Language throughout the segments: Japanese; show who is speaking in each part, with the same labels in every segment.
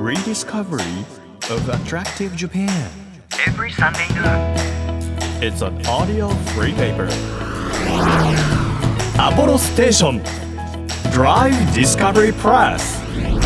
Speaker 1: rediscovery of attractive Japan.
Speaker 2: Every Sunday noon.
Speaker 1: It's an audio free paper. Apollo Station Drive Discovery Press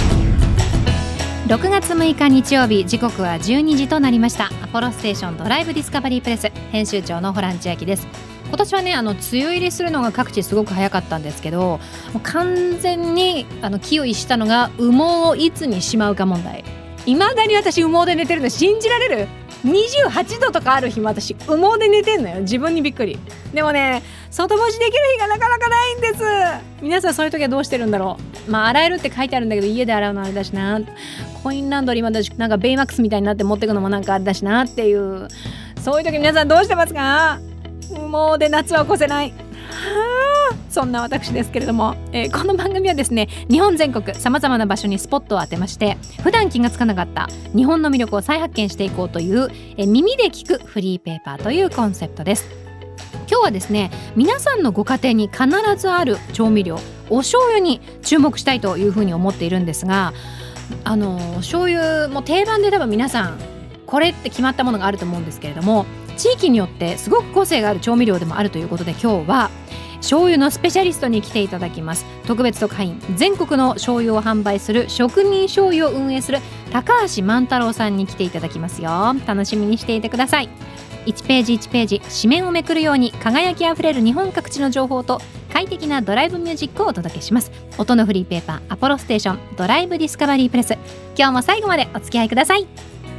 Speaker 3: 6月6日日曜日、時刻は12時となりました。アポロステーションドライブディスカバリープレス編集長のホラン千秋です。今年はね、梅雨入りするのが各地すごく早かったんですけど、もう完全に気を逸したのが羽毛をいつにしまうか問題。未だに私羽毛で寝てるの信じられる？28度とかある日も私羽毛で寝てんのよ。自分にびっくり。でもね、外干しできる日がなかなかないんです。皆さんそういう時はどうしてるんだろう。洗えるって書いてあるんだけど、家で洗うのあれだしな、コインランドリーまでなんかベイマックスみたいになって持ってくのもなんかあれだしなっていう、そういう時皆さんどうしてますか？羽毛で夏は越せない、そんな私ですけれども、この番組はですね、日本全国さまざまな場所にスポットを当てまして、普段気がつかなかった日本の魅力を再発見していこうという、耳で聞くフリーペーパーというコンセプトです。今日はですね、皆さんのご家庭に必ずある調味料、お醤油に注目したいというふうに思っているんですが、醤油も定番で多分皆さんこれって決まったものがあると思うんですけれども、地域によってすごく個性がある調味料でもあるということで、今日は醤油のスペシャリストに来ていただきます。特別特派員、全国の醤油を販売する職人醤油を運営する高橋万太郎さんに来ていただきますよ。楽しみにしていてください。1ページ1ページ紙面をめくるように輝きあふれる日本各地の情報と快適なドライブミュージックをお届けします。音のフリーペーパーアポロステーションドライブディスカバリープレス、今日も最後までお付き合いください。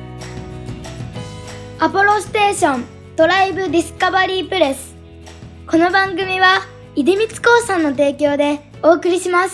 Speaker 4: アポロステーションドライブディスカバリープレス。この番組は出光興産の提供でお送りします。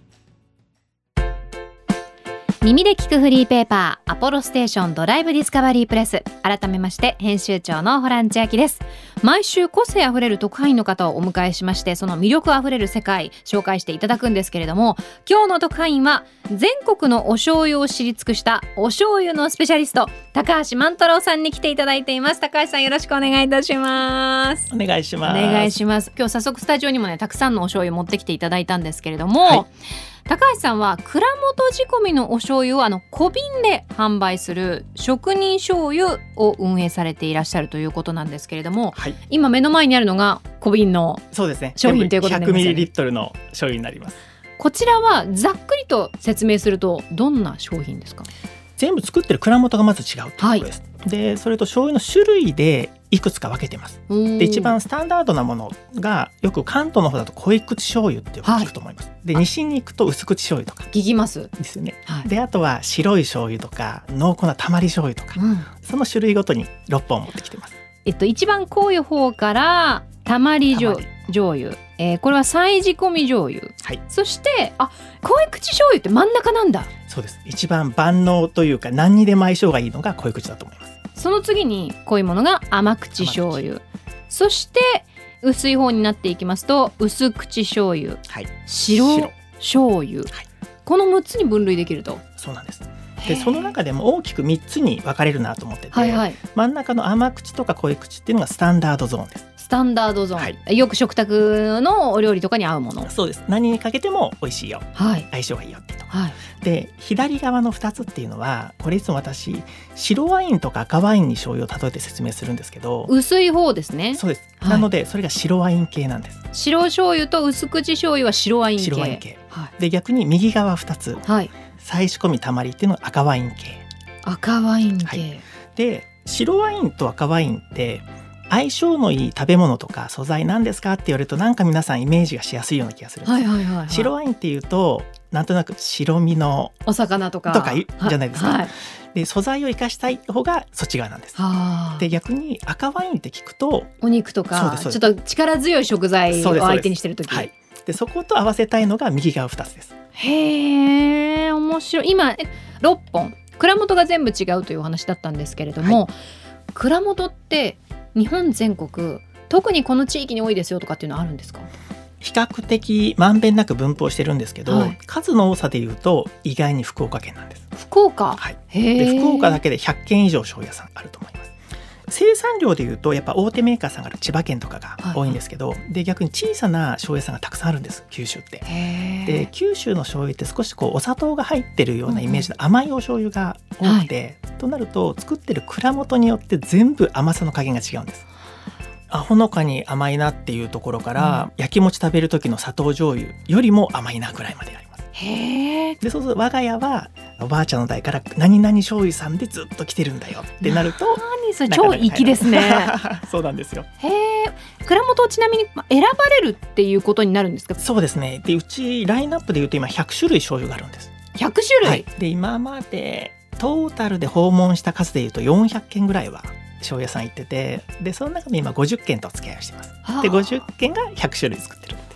Speaker 3: 耳で聞くフリーペーパーアポロステーションドライブディスカバリープレス、改めまして編集長のホラン千秋です。毎週個性あふれる特派員の方をお迎えしまして、その魅力あふれる世界紹介していただくんですけれども、今日の特派員は全国のお醤油を知り尽くしたお醤油のスペシャリスト、高橋万太郎さんに来ていただいています。高橋さん、よろしくお願いいたします。
Speaker 5: お願いします。
Speaker 3: お願いします。今日早速スタジオにもね、たくさんのお醤油持ってきていただいたんですけれども、はい、高橋さんは蔵元仕込みのお醤油を小瓶で販売する職人醤油を運営されていらっしゃるということなんですけれども、はい、今目の前にあるのが小瓶の商品ということになりますよね。
Speaker 5: 100ml の醤油になります。
Speaker 3: こちらはざっくりと説明するとどんな商品ですか？
Speaker 5: 全部作ってる蔵元がまず違うということです、はい、でそれと醤油の種類でいくつか分けてます。で一番スタンダードなものがよく関東の方だと濃い口醤油ってよく聞くと思います、はい、で西に行くと薄口醤油とか
Speaker 3: 聞きます
Speaker 5: ですよね、
Speaker 3: はい、
Speaker 5: であとは白い醤油とか濃厚なたまり醤油とか、その種類ごとに6本持ってきてます。
Speaker 3: 一番濃い方からたまり醤油、これは再仕込み醤油、はい、そして濃い口醤油って真ん中なんだ。
Speaker 5: そうです。一番万能というか何にでも相性がいいのが濃い口だと思います。
Speaker 3: その次に濃いものが甘口醤油、そして薄い方になっていきますと薄口醤油、はい、白醤油、はい、この6つに分類できると。
Speaker 5: そうなんです。でその中でも大きく3つに分かれるなと思ってて、はいはい、真ん中の甘口とか濃い口っていうのがスタンダードゾーンです。
Speaker 3: スタンダードゾーン、はい、よく食卓のお料理とかに合うもの。
Speaker 5: そうです。何にかけても美味しいよ、はい、相性がいいよっていうと、はい、で左側の2つっていうのは、これいつも私白ワインとか赤ワインに醤油を例えて説明するんですけど、
Speaker 3: 薄い方ですね。
Speaker 5: そうです、
Speaker 3: はい、
Speaker 5: なのでそれが白ワイン系なんです。
Speaker 3: 白醤油と薄口醤油は白ワイン系、
Speaker 5: 白ワイン系、はい、で逆に右側2つ、はい、再仕込みたまりっていうのは赤ワイン系。
Speaker 3: 赤ワイン系、はい、
Speaker 5: で白ワインと赤ワインって相性のいい食べ物とか素材なんですかって言われると、なんか皆さんイメージがしやすいような気がするんです、はいはいはいはい、白ワインっていうとなんとなく白身の
Speaker 3: お魚とか
Speaker 5: じゃないですか、はい、で素材を生かしたい方がそっち側なんです。で逆に赤ワインって聞くと
Speaker 3: お肉とかちょっと力強い食材を相手にしてるとき、はい、
Speaker 5: でそこと合わせたいのが右側2つです。
Speaker 3: へー、面白い。今6本蔵元が全部違うというお話だったんですけれども、はい、蔵元って日本全国特にこの地域に多いですよとかっていうのはあるんですか？
Speaker 5: 比較的まんべんなく分布をしてるんですけど、はい、数の多さでいうと意外に福岡県なんです。
Speaker 3: 福岡、
Speaker 5: はい、で福岡だけで100軒以上醤油屋さんあると思います。 生産量でいうとやっぱ大手メーカーさんが千葉県とかが多いんですけど、で逆に小さな醤油屋さんがたくさんあるんです、九州って。で九州の醤油って少しお砂糖が入ってるようなイメージの甘いお醤油が多くて、となると作ってる蔵元によって全部甘さの加減が違うんです。ほのかに甘いなっていうところから、焼き餅食べる時の砂糖醤油よりも甘いなぐらいまであります。でそうすると我が家はおばあちゃんの代から何々醤油さんでずっと来てるんだよってなると、
Speaker 3: それ超粋ですね。
Speaker 5: そうなんですよ。
Speaker 3: 蔵元をちなみに選ばれるっていうことになるんですか？
Speaker 5: そうですね。でうちラインナップでいうと今100種類醤油があるんです。
Speaker 3: 100種類、
Speaker 5: で今までトータルで訪問した数でいうと400件ぐらいは醤油屋さん行ってて、でその中で今50件とお付き合いをしてます。で50件が100種類作ってるって。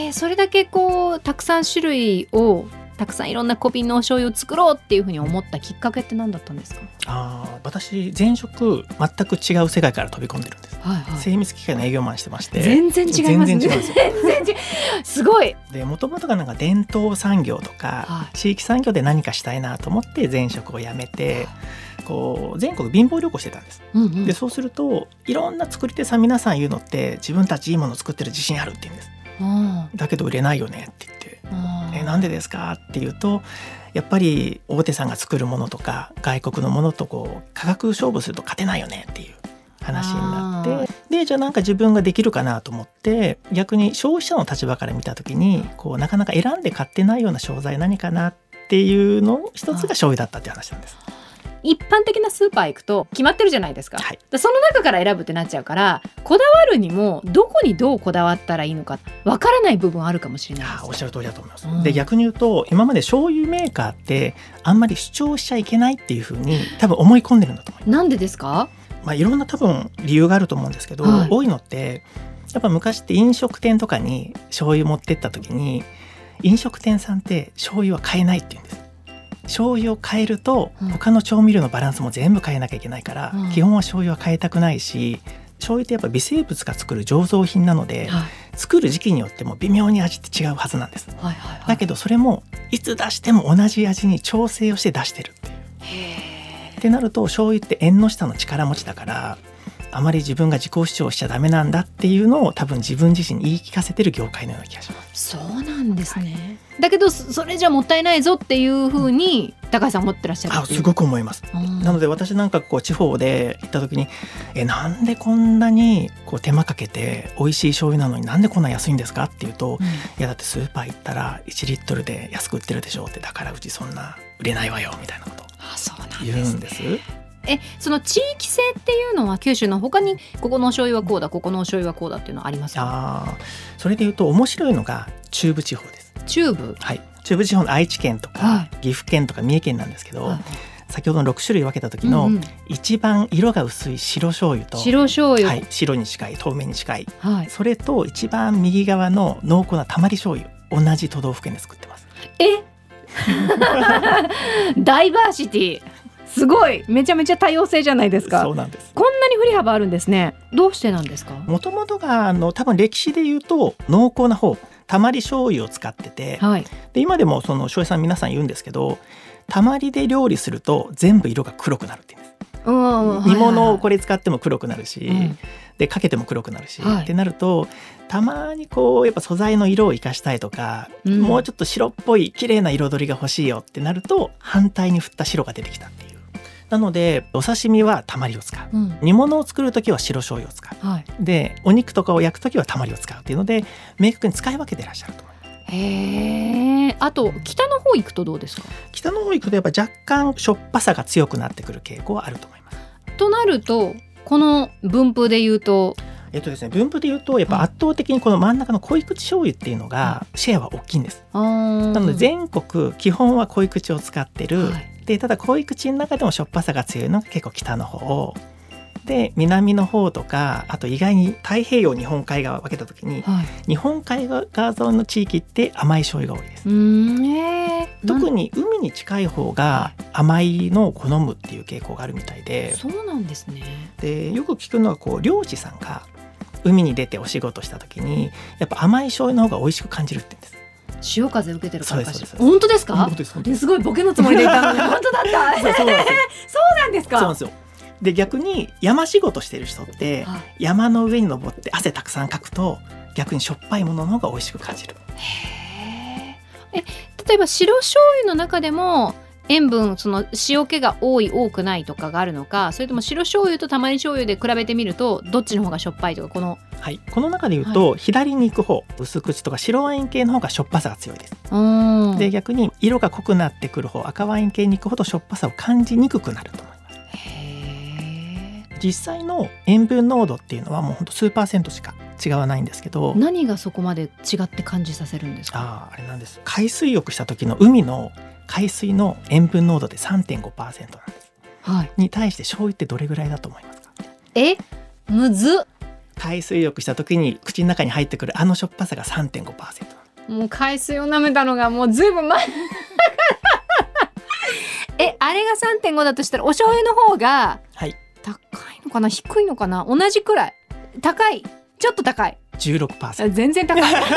Speaker 3: それだけたくさん種類をたくさんいろんな小瓶のお醤油を作ろうっていうふうに思ったきっかけって何だったんですか？
Speaker 5: 私前職全く違う世界から飛び込んでるんです、精密機械の営業マンしてまして。
Speaker 3: 全然違いますね。全然違うすごい。
Speaker 5: で元々がなんか伝統産業とか、地域産業で何かしたいなと思って前職を辞めて全国貧乏旅行してたんです、でそうするといろんな作り手さん皆さん言うのって自分たちいいもの作ってる自信あるって言うんです。だけど売れないよねって言って、なんでですかって言うと、やっぱり大手さんが作るものとか外国のものと価格勝負すると勝てないよねっていう話になって、でじゃあなんか自分ができるかなと思って、逆に消費者の立場から見た時になかなか選んで買ってないような商材何かなっていうの一つが醤油だったっていう話なんです。
Speaker 3: 一般的なスーパー行くと決まってるじゃないですか、その中から選ぶってなっちゃうから、こだわるにもどこにどうこだわったらいいのかわからない部分あるかもしれないです。
Speaker 5: おっしゃる通りだと思います、で逆に言うと今まで醤油メーカーってあんまり主張しちゃいけないっていう風に多分思い込んでるんだと思います。
Speaker 3: なんでですか？
Speaker 5: いろんな多分理由があると思うんですけど、多いのってやっぱ昔って飲食店とかに醤油持ってった時に飲食店さんって醤油は買えないって言うんです。醤油を変えると他の調味料のバランスも全部変えなきゃいけないから、基本は醤油は変えたくないし、醤油ってやっぱ微生物が作る醸造品なので、作る時期によっても微妙に味って違うはずなんです、だけどそれもいつ出しても同じ味に調整をして出してるっていうってなると、醤油って縁の下の力持ちだからあまり自分が自己主張しちゃダメなんだっていうのを多分自分自身に言い聞かせてる業界のような気がします。
Speaker 3: そうなんですね、だけどそれじゃもったいないぞっていうふうに高橋さん思ってらっしゃるっていう。
Speaker 5: すごく思います、なので私なんか地方で行った時になんでこんなに手間かけて美味しい醤油なのになんでこんな安いんですかっていうと、いやだってスーパー行ったら1リットルで安く売ってるでしょって、だからうちそんな売れないわよみたいなこと言うんです。
Speaker 3: その地域性っていうのは九州の他にここのお醤油はこうだ、ここのお醤油はこうだっていうのはありますか？
Speaker 5: それでいうと面白いのが中部地方です。
Speaker 3: 中部、
Speaker 5: 中部地方の愛知県とか、岐阜県とか三重県なんですけど、先ほどの6種類分けた時の一番色が薄い白醤油と、白に近い透明に近い、それと一番右側の濃厚なたまり醤油、同じ都道府県で作ってます。
Speaker 3: ダイバーシティすごい、めちゃめちゃ多様性じゃないですか。
Speaker 5: そうなんです。
Speaker 3: こんなに振り幅あるんですね。どうしてなんですか？
Speaker 5: もともとが多分歴史で言うと濃厚な方、たまり醤油を使ってて、で今でもその醤油さん皆さん言うんですけど、たまりで料理すると全部色が黒くなるって言うんです。煮物をこれ使っても黒くなるし、でかけても黒くなるし、ってなるとたまにやっぱ素材の色を生かしたいとか、もうちょっと白っぽい綺麗な彩りが欲しいよってなると反対に振った白が出てきたっていう。なのでお刺身はたまりを使う、煮物を作るときは白醤油を使う、でお肉とかを焼くときはたまりを使うっていうので明確に使い分けてらっしゃると思います。
Speaker 3: あと北の方行くとどうですか？
Speaker 5: 北の方行くとやっぱ若干しょっぱさが強くなってくる傾向はあると思います。
Speaker 3: となるとこの分布で言うと
Speaker 5: ですね、分布で言うとやっぱ圧倒的にこの真ん中の濃い口醤油っていうのがシェアは大きいんです。なので全国基本は濃い口を使ってる、でただ濃い口の中でもしょっぱさが強いのが結構北の方で、南の方とかあと意外に太平洋日本海側を分けた時に、日本海側沿いの地域って甘い醤油が多いです。特に海に近い方が甘いのを好むっていう傾向があるみたいで。
Speaker 3: そうなんですね。
Speaker 5: でよく聞くのは漁師さんが海に出てお仕事した時にやっぱ甘い醤油の方が美味しく感じるって言うんです。
Speaker 3: 潮風受けてるからかしら。本当ですか？すごいボケのつもりでいたのに本当だった。そうなんですか？
Speaker 5: そうなんですよ。 で逆に山仕事してる人って、
Speaker 3: はい、
Speaker 5: 山の上に登って汗たくさんかくと逆にしょっぱいものの方が美味しく感じる。
Speaker 3: 例えば白醤油の中でも塩分、その塩気が多い多くないとかがあるのか、それとも白醤油とたまり醤油で比べてみるとどっちの方がしょっぱいとか、この
Speaker 5: 中で言うと、はい、左に行く方、薄口とか白ワイン系の方がしょっぱさが強いです。で逆に色が濃くなってくる方、赤ワイン系に行くほどしょっぱさを感じにくくなると思います。実際の塩分濃度っていうのはもうほんと数%しか違わないんですけど、
Speaker 3: 何がそこまで違って感じさせるんですか？
Speaker 5: あれなんです。海水浴した時の海の海水の塩分濃度で 3.5% なんです、はい、に対して醤油ってどれぐらいだと思いますか？
Speaker 3: むずっ。
Speaker 5: 海水浴した時に口の中に入ってくるあのしょっぱさが 3.5%。
Speaker 3: もう海水を舐めたのがもうずいぶん前あれが 3.5 だとしたらお醤油の方が高いのかな、低いのかな、同じくらい高い、ちょっと高い、
Speaker 5: 16%。
Speaker 3: 全然高い全然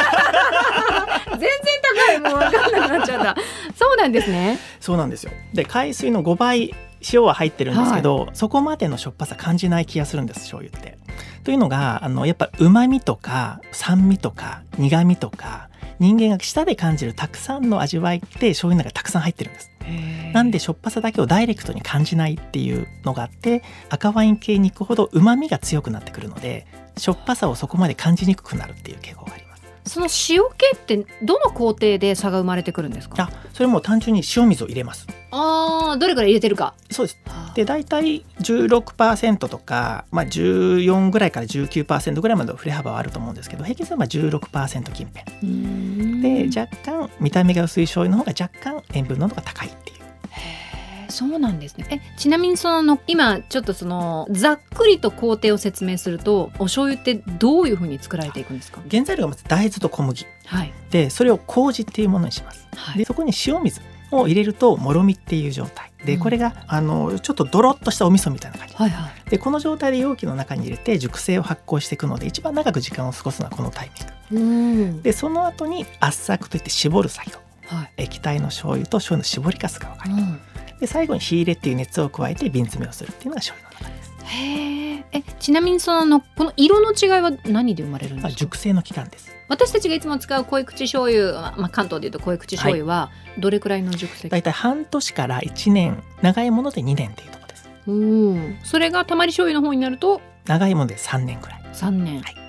Speaker 3: 高い、もう分かんなくなっちゃったそうなんですね。
Speaker 5: そうなんですよ。で海水の5倍塩は入ってるんですけど、はい、そこまでのしょっぱさ感じない気がするんです、醤油って。というのがやっぱ旨味とか酸味とか苦味とか人間が舌で感じるたくさんの味わいって醤油の中にたくさん入ってるんです。なんでしょっぱさだけをダイレクトに感じないっていうのがあって、赤ワイン系に行くほど旨味が強くなってくるのでしょっぱさをそこまで感じにくくなるっていう傾向があります。
Speaker 3: その塩気ってどの工程で差が生まれてくるんですか？
Speaker 5: それも単純に塩水を入れます。
Speaker 3: どれから入れてるか。そうです。
Speaker 5: でだいたい 16% とか、14ぐらいから 19% ぐらいまでの振れ幅はあると思うんですけど、平均すれば 16% 近辺で、若干見た目が薄い醤油の方が若干塩分濃度が高いっていう。
Speaker 3: そうなんですね。ちなみに今ちょっとざっくりと工程を説明すると、お醤油ってどういう風に作られていくんですか？
Speaker 5: 原材料がまず大豆と小麦、はい、でそれを麹っていうものにします、はい、でそこに塩水を入れるともろみっていう状態で、これがちょっとドロッとしたお味噌みたいな感じ、はいはい、でこの状態で容器の中に入れて熟成を発酵していくので、一番長く時間を過ごすのはこのタイミングで、その後に圧搾といって絞る作業、はい、液体の醤油と醤油の絞りかすが分かります、で最後に火入れっていう熱を加えて瓶詰めをするっていうのが醤油の中です。
Speaker 3: ちなみにこの色の違いは何で生まれるんですか？
Speaker 5: 熟成の期間です。
Speaker 3: 私たちがいつも使う濃い口醤油、関東でいうと濃い口醤油はどれくらいの熟成期間？だいたい半年から1年、長いもので2年っていうところです。それがたまり醤油の方になると
Speaker 5: 長いもので3年くらい。
Speaker 3: 3年、はい、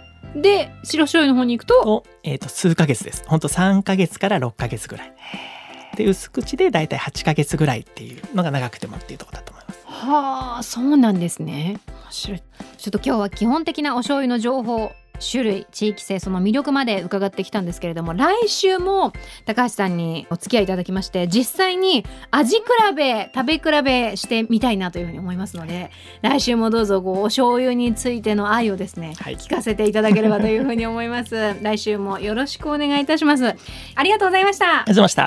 Speaker 3: で白醤油の方に行くと
Speaker 5: 数ヶ月です。本当3ヶ月から6ヶ月ぐらいで、薄口でだいたい8ヶ月ぐらいっていうのが長くてもっていうところだと思います。
Speaker 3: はあ、そうなんですね。面白い。ちょっと今日は基本的なお醤油の情報、種類、地域性、その魅力まで伺ってきたんですけれども、来週も高橋さんにお付き合いいただきまして、実際に味比べ、食べ比べしてみたいなというふうに思いますので、来週もどうぞお醤油についての愛をですね、はい、聞かせていただければというふうに思います来週もよろしくお願いいたします。ありがとうございました。
Speaker 5: ありがとうございました。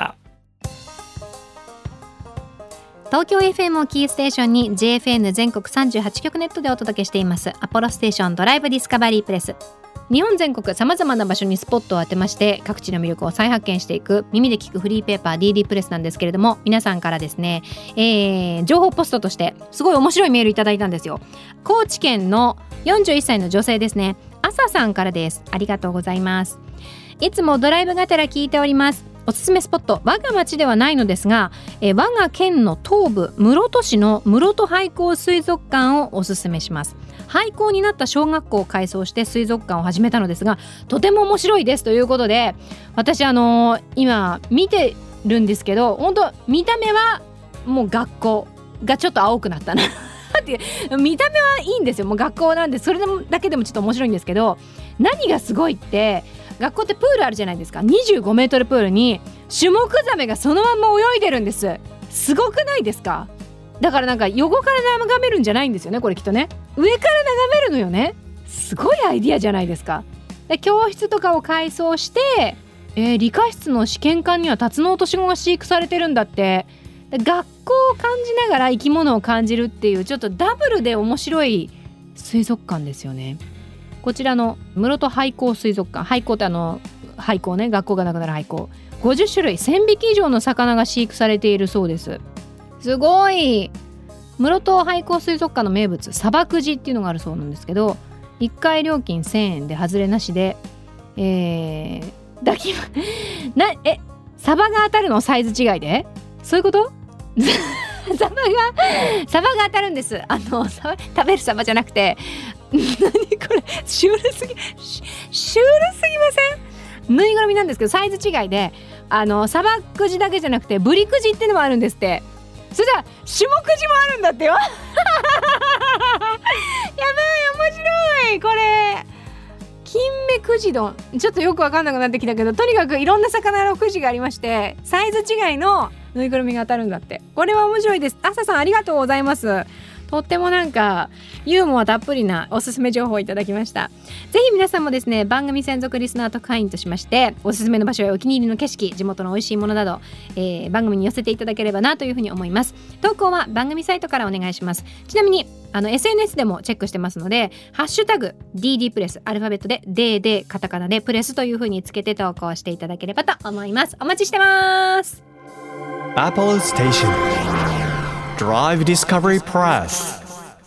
Speaker 3: 東京 FM をキーステーションに JFN 全国38局ネットでお届けしていますアポロステーションドライブディスカバリープレス。日本全国さまざまな場所にスポットを当てまして各地の魅力を再発見していく耳で聞くフリーペーパー DD プレスなんですけれども、皆さんからですね、情報ポストとしてすごい面白いメールいただいたんですよ。高知県の41歳の女性ですね、朝さんからです。ありがとうございます。いつもドライブがてら聞いております。おすすめスポット、我が町ではないのですが、我が県の東部室戸市の室戸廃校水族館をおすすめします。廃校になった小学校を改装して水族館を始めたのですが、とても面白いですということで、私今見てるんですけど、本当見た目はもう学校がちょっと青くなったなって見た目はいいんですよ、もう学校なんでそれだけでもちょっと面白いんですけど、何がすごいって学校ってプールあるじゃないですか。25メートルプールにシュモクザメがそのまんま泳いでるんです。すごくないですか？だからなんか横から眺めるんじゃないんですよね、これきっとね。上から眺めるのよね。すごいアイディアじゃないですか。で教室とかを改装して、理科室の試験管にはタツノオトシゴが飼育されてるんだって。で学校を感じながら生き物を感じるっていう、ちょっとダブルで面白い水族館ですよね。こちらの室戸廃校水族館、廃校って廃校ね、学校がなくなる廃校、50種類1000匹以上の魚が飼育されているそうです。すごい。 室戸廃校水族館の名物サバくじっていうのがあるそうなんですけど、1回料金1000円で外れなしで、サバが当たるのサイズ違いで、そういうことサバが当たるんです。食べるサバじゃなくて何これシュールすぎません？ぬいぐるみなんですけどサイズ違いで、サバくじだけじゃなくてブリくじっていうのもあるんですって。それじゃ下くじもあるんだってよやばい、面白いこれ。金目くじ丼、ちょっとよく分かんなくなってきたけど、とにかくいろんな魚のくじがありまして、サイズ違いのぬいぐるみが当たるんだって。これは面白いです。朝さんありがとうございます。とってもなんかユーモアたっぷりなおすすめ情報をいただきました。ぜひ皆さんもですね、番組専属リスナー特派員としまして、おすすめの場所やお気に入りの景色、地元の美味しいものなど、番組に寄せていただければなというふうに思います。投稿は番組サイトからお願いします。ちなみにSNS でもチェックしてますので、ハッシュタグ DD プレス、アルファベットで DD カタカナでプレスというふうにつけて投稿していただければと思います。お待ちしてます。
Speaker 1: Apollo Station Drive Discovery Press。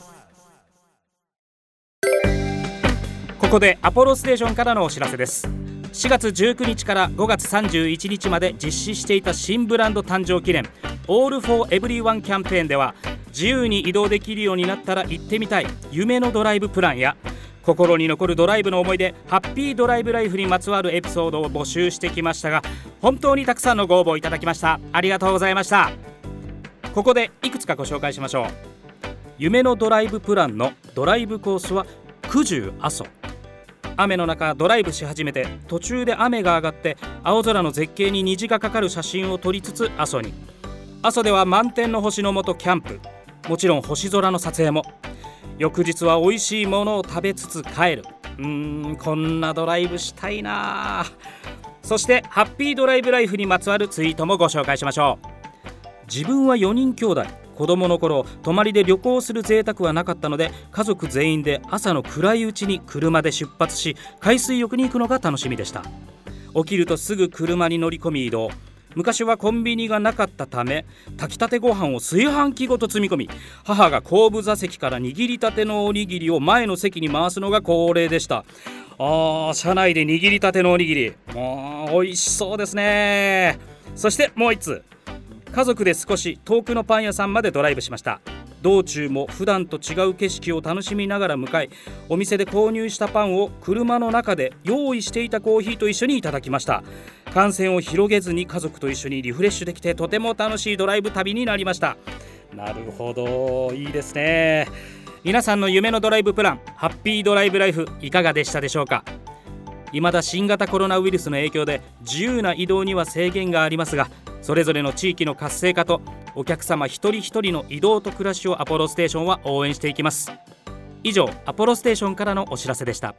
Speaker 6: ここでアポロステーションからのお知らせです。4月19日から5月31日まで実施していた新ブランド誕生記念 All for Everyone キャンペーンでは、自由に移動できるようになったら行ってみたい夢のドライブプランや、心に残るドライブの思い出、ハッピードライブライフにまつわるエピソードを募集してきましたが、本当にたくさんのご応募いただきました。ありがとうございました。ここでいくつかご紹介しましょう。夢のドライブプランのドライブコースは九十阿蘇。雨の中ドライブし始めて、途中で雨が上がって青空の絶景に虹がかかる写真を撮りつつ阿蘇に。阿蘇では満天の星の下キャンプ、もちろん星空の撮影も。翌日は美味しいものを食べつつ帰る。こんなドライブしたいな。そしてハッピードライブライフにまつわるツイートもご紹介しましょう。自分は4人兄弟、子供の頃泊まりで旅行する贅沢はなかったので、家族全員で朝の暗いうちに車で出発し、海水浴に行くのが楽しみでした。起きるとすぐ車に乗り込み移動。昔はコンビニがなかったため、炊きたてご飯を炊飯器ごと積み込み、母が後部座席から握りたてのおにぎりを前の席に回すのが恒例でした。車内で握りたてのおにぎり、美味しそうですね。そしてもう一つ、家族で少し遠くのパン屋さんまでドライブしました。道中も普段と違う景色を楽しみながら向かい、お店で購入したパンを車の中で用意していたコーヒーと一緒にいただきました。感染を広げずに家族と一緒にリフレッシュできて、とても楽しいドライブ旅になりました。なるほど、いいですね。皆さんの夢のドライブプラン、ハッピードライブライフ、いかがでしたでしょうか。未だ新型コロナウイルスの影響で自由な移動には制限がありますが、それぞれの地域の活性化とお客様一人一人の移動と暮らしをアポロステーションは応援していきます。以上、アポロステーションからのお知らせでした。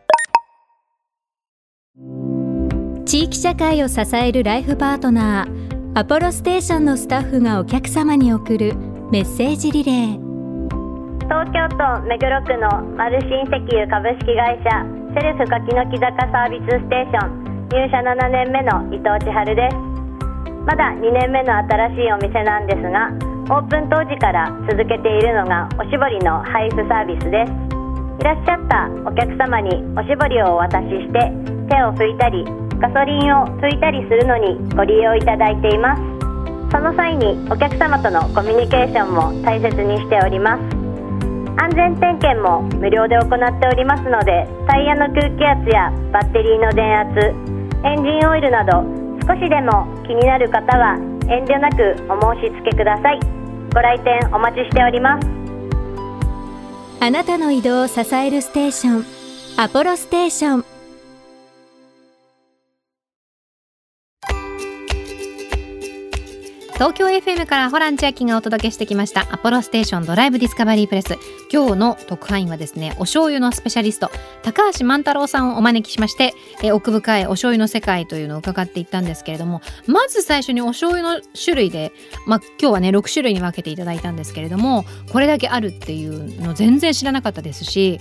Speaker 7: 地域社会を支えるライフパートナー、アポロステーションのスタッフがお客様に送るメッセージリレー。
Speaker 8: 東京都目黒区のマルシン石油株式会社セルフ柿の木坂サービスステーション入社7年目の伊藤千春です。まだ2年目の新しいお店なんですが、オープン当時から続けているのがおしぼりの配布サービスです。いらっしゃったお客様におしぼりをお渡しして、手を拭いたりガソリンを拭いたりするのにご利用いただいています。その際にお客様とのコミュニケーションも大切にしております。安全点検も無料で行っておりますので、タイヤの空気圧やバッテリーの電圧、エンジンオイルなど少しでも気になる方は遠慮なくお申し付けください。ご来店お待ちしております。
Speaker 7: あなたの移動を支えるステーション、アポロステーション。
Speaker 3: 東京 FM からホラン千秋がお届けしてきましたアポロステーションドライブディスカバリープレス。今日の特派員はですね、お醤油のスペシャリスト高橋万太郎さんをお招きしまして、奥深いお醤油の世界というのを伺っていったんですけれども、まず最初にお醤油の種類で、今日はね6種類に分けていただいたんですけれども、これだけあるっていうの全然知らなかったですし、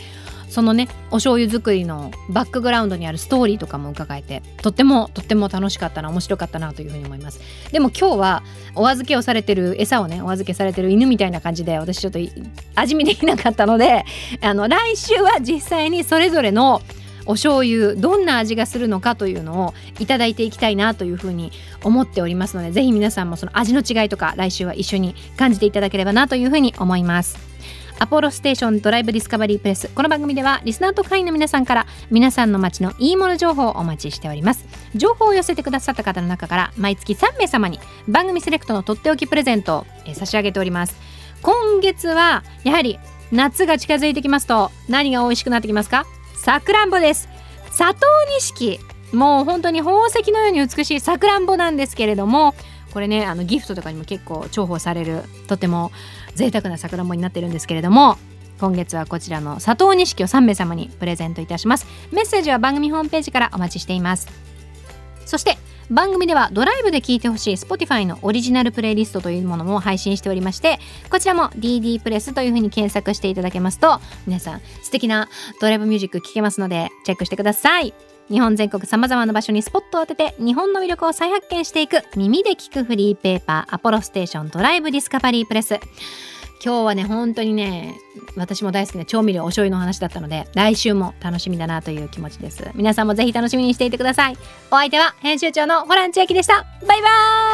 Speaker 3: そのねお醤油作りのバックグラウンドにあるストーリーとかも伺えてとっても楽しかったな、面白かったなというふうに思います。でも今日はお預けをされてる餌をねお預けされてる犬みたいな感じで私ちょっと味見できなかったので、来週は実際にそれぞれのお醤油どんな味がするのかというのをいただいていきたいなというふうに思っておりますので、ぜひ皆さんもその味の違いとか来週は一緒に感じていただければなというふうに思います。アポロステーションドライブディスカバリープレス、この番組ではリスナーと会員の皆さんから皆さんの街のいいもの情報をお待ちしております。情報を寄せてくださった方の中から毎月3名様に番組セレクトのとっておきプレゼントを差し上げております。今月はやはり夏が近づいてきますと何が美味しくなってきますか？さくらんぼです。佐藤錦、もう本当に宝石のように美しいさくらんぼなんですけれども、これねギフトとかにも結構重宝されるとても贅沢なさくらんぼになってるんですけれども、今月はこちらの佐藤錦を3名様にプレゼントいたします。メッセージは番組ホームページからお待ちしています。そして番組ではドライブで聴いてほしい Spotify のオリジナルプレイリストというものも配信しておりまして、こちらも DD プレスというふうに検索していただけますと皆さん素敵なドライブミュージック聴けますのでチェックしてください。日本全国さまざまな場所にスポットを当てて日本の魅力を再発見していく耳で聞くフリーペーパーアポロステーションドライブディスカバリープレス。今日はね本当にね私も大好きな調味料お醤油の話だったので来週も楽しみだなという気持ちです。皆さんもぜひ楽しみにしていてください。お相手は編集長のホラン千秋でした。バイバ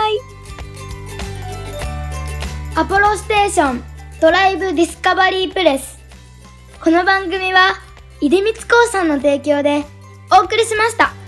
Speaker 3: イ。
Speaker 4: アポロステーションドライブディスカバリープレス。この番組は出光興産の提供でお送りしました。